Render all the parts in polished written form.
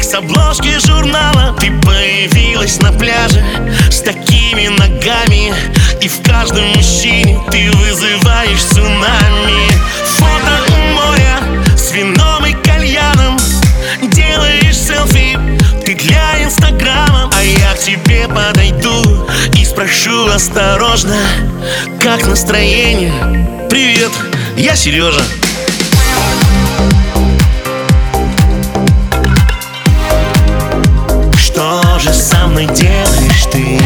с обложки журнала. Ты появилась на пляже с такими ногами, и в каждом мужчине ты вызываешь цунами. Фото у моря с вином и кальяном, делаешь селфи ты для инстаграма. А я к тебе подойду и спрошу осторожно: как настроение? Привет, я Сережа. Что же со мной делаешь ты?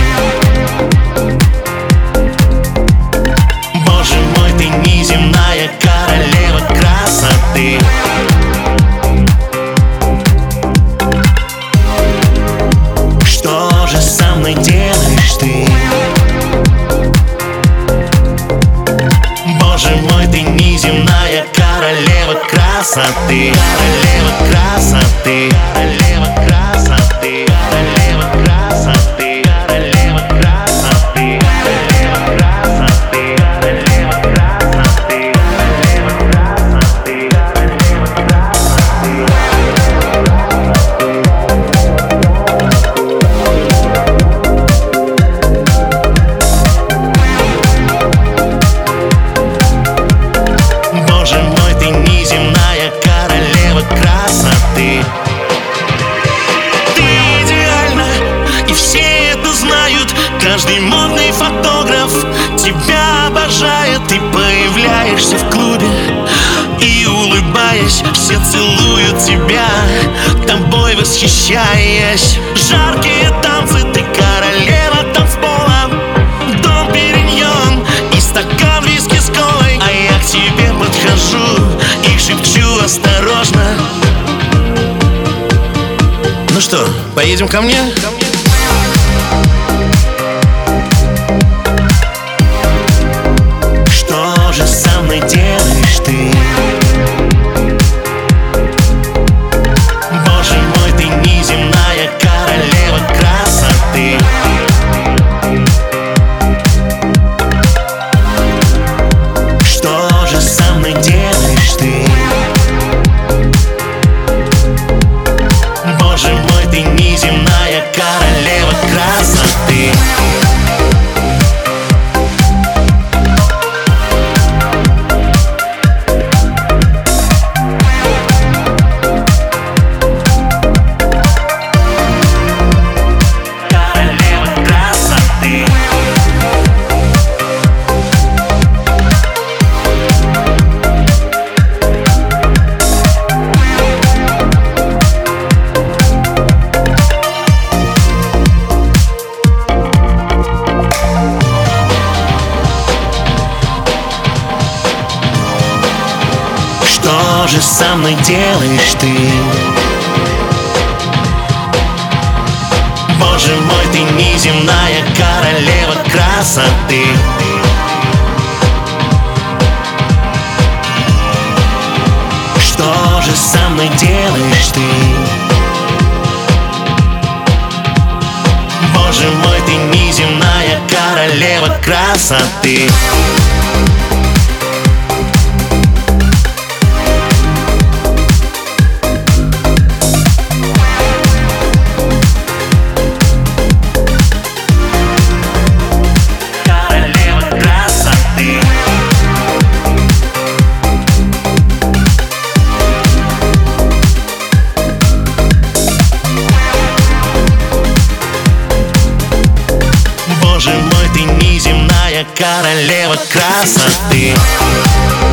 Боже мой, ты неземная королева красоты. Что же со мной делаешь ты? Боже мой, ты неземная королева красоты. Королева красоты. Королева красоты. Королева красоты. Королева красоты. Королева красоты. Королева красоты. Королева красоты. Королева красоты. Боже мой, ты неземная королева красоты. Ты идеальна, и все это знают. Каждый модный фотограф тебя обожает. Ты появляешься в клубе и, улыбаясь, все целуют тебя, тобой восхищаясь. Жаркие танцы, ты королева танцпола. Дом Периньон и стакан виски с колой. А я к тебе подхожу и шепчу осторожно: ну что, поедем ко мне? Что же со мной делаешь ты? Боже мой, ты неземная королева красоты. Что же со мной делаешь ты? Боже мой, ты неземная королева красоты. Что же со мной делаешь ты? Боже мой, ты неземная королева красоты. Что же со мной делаешь ты? Боже мой, ты неземная королева красоты. Боже мой, ты неземная королева красоты.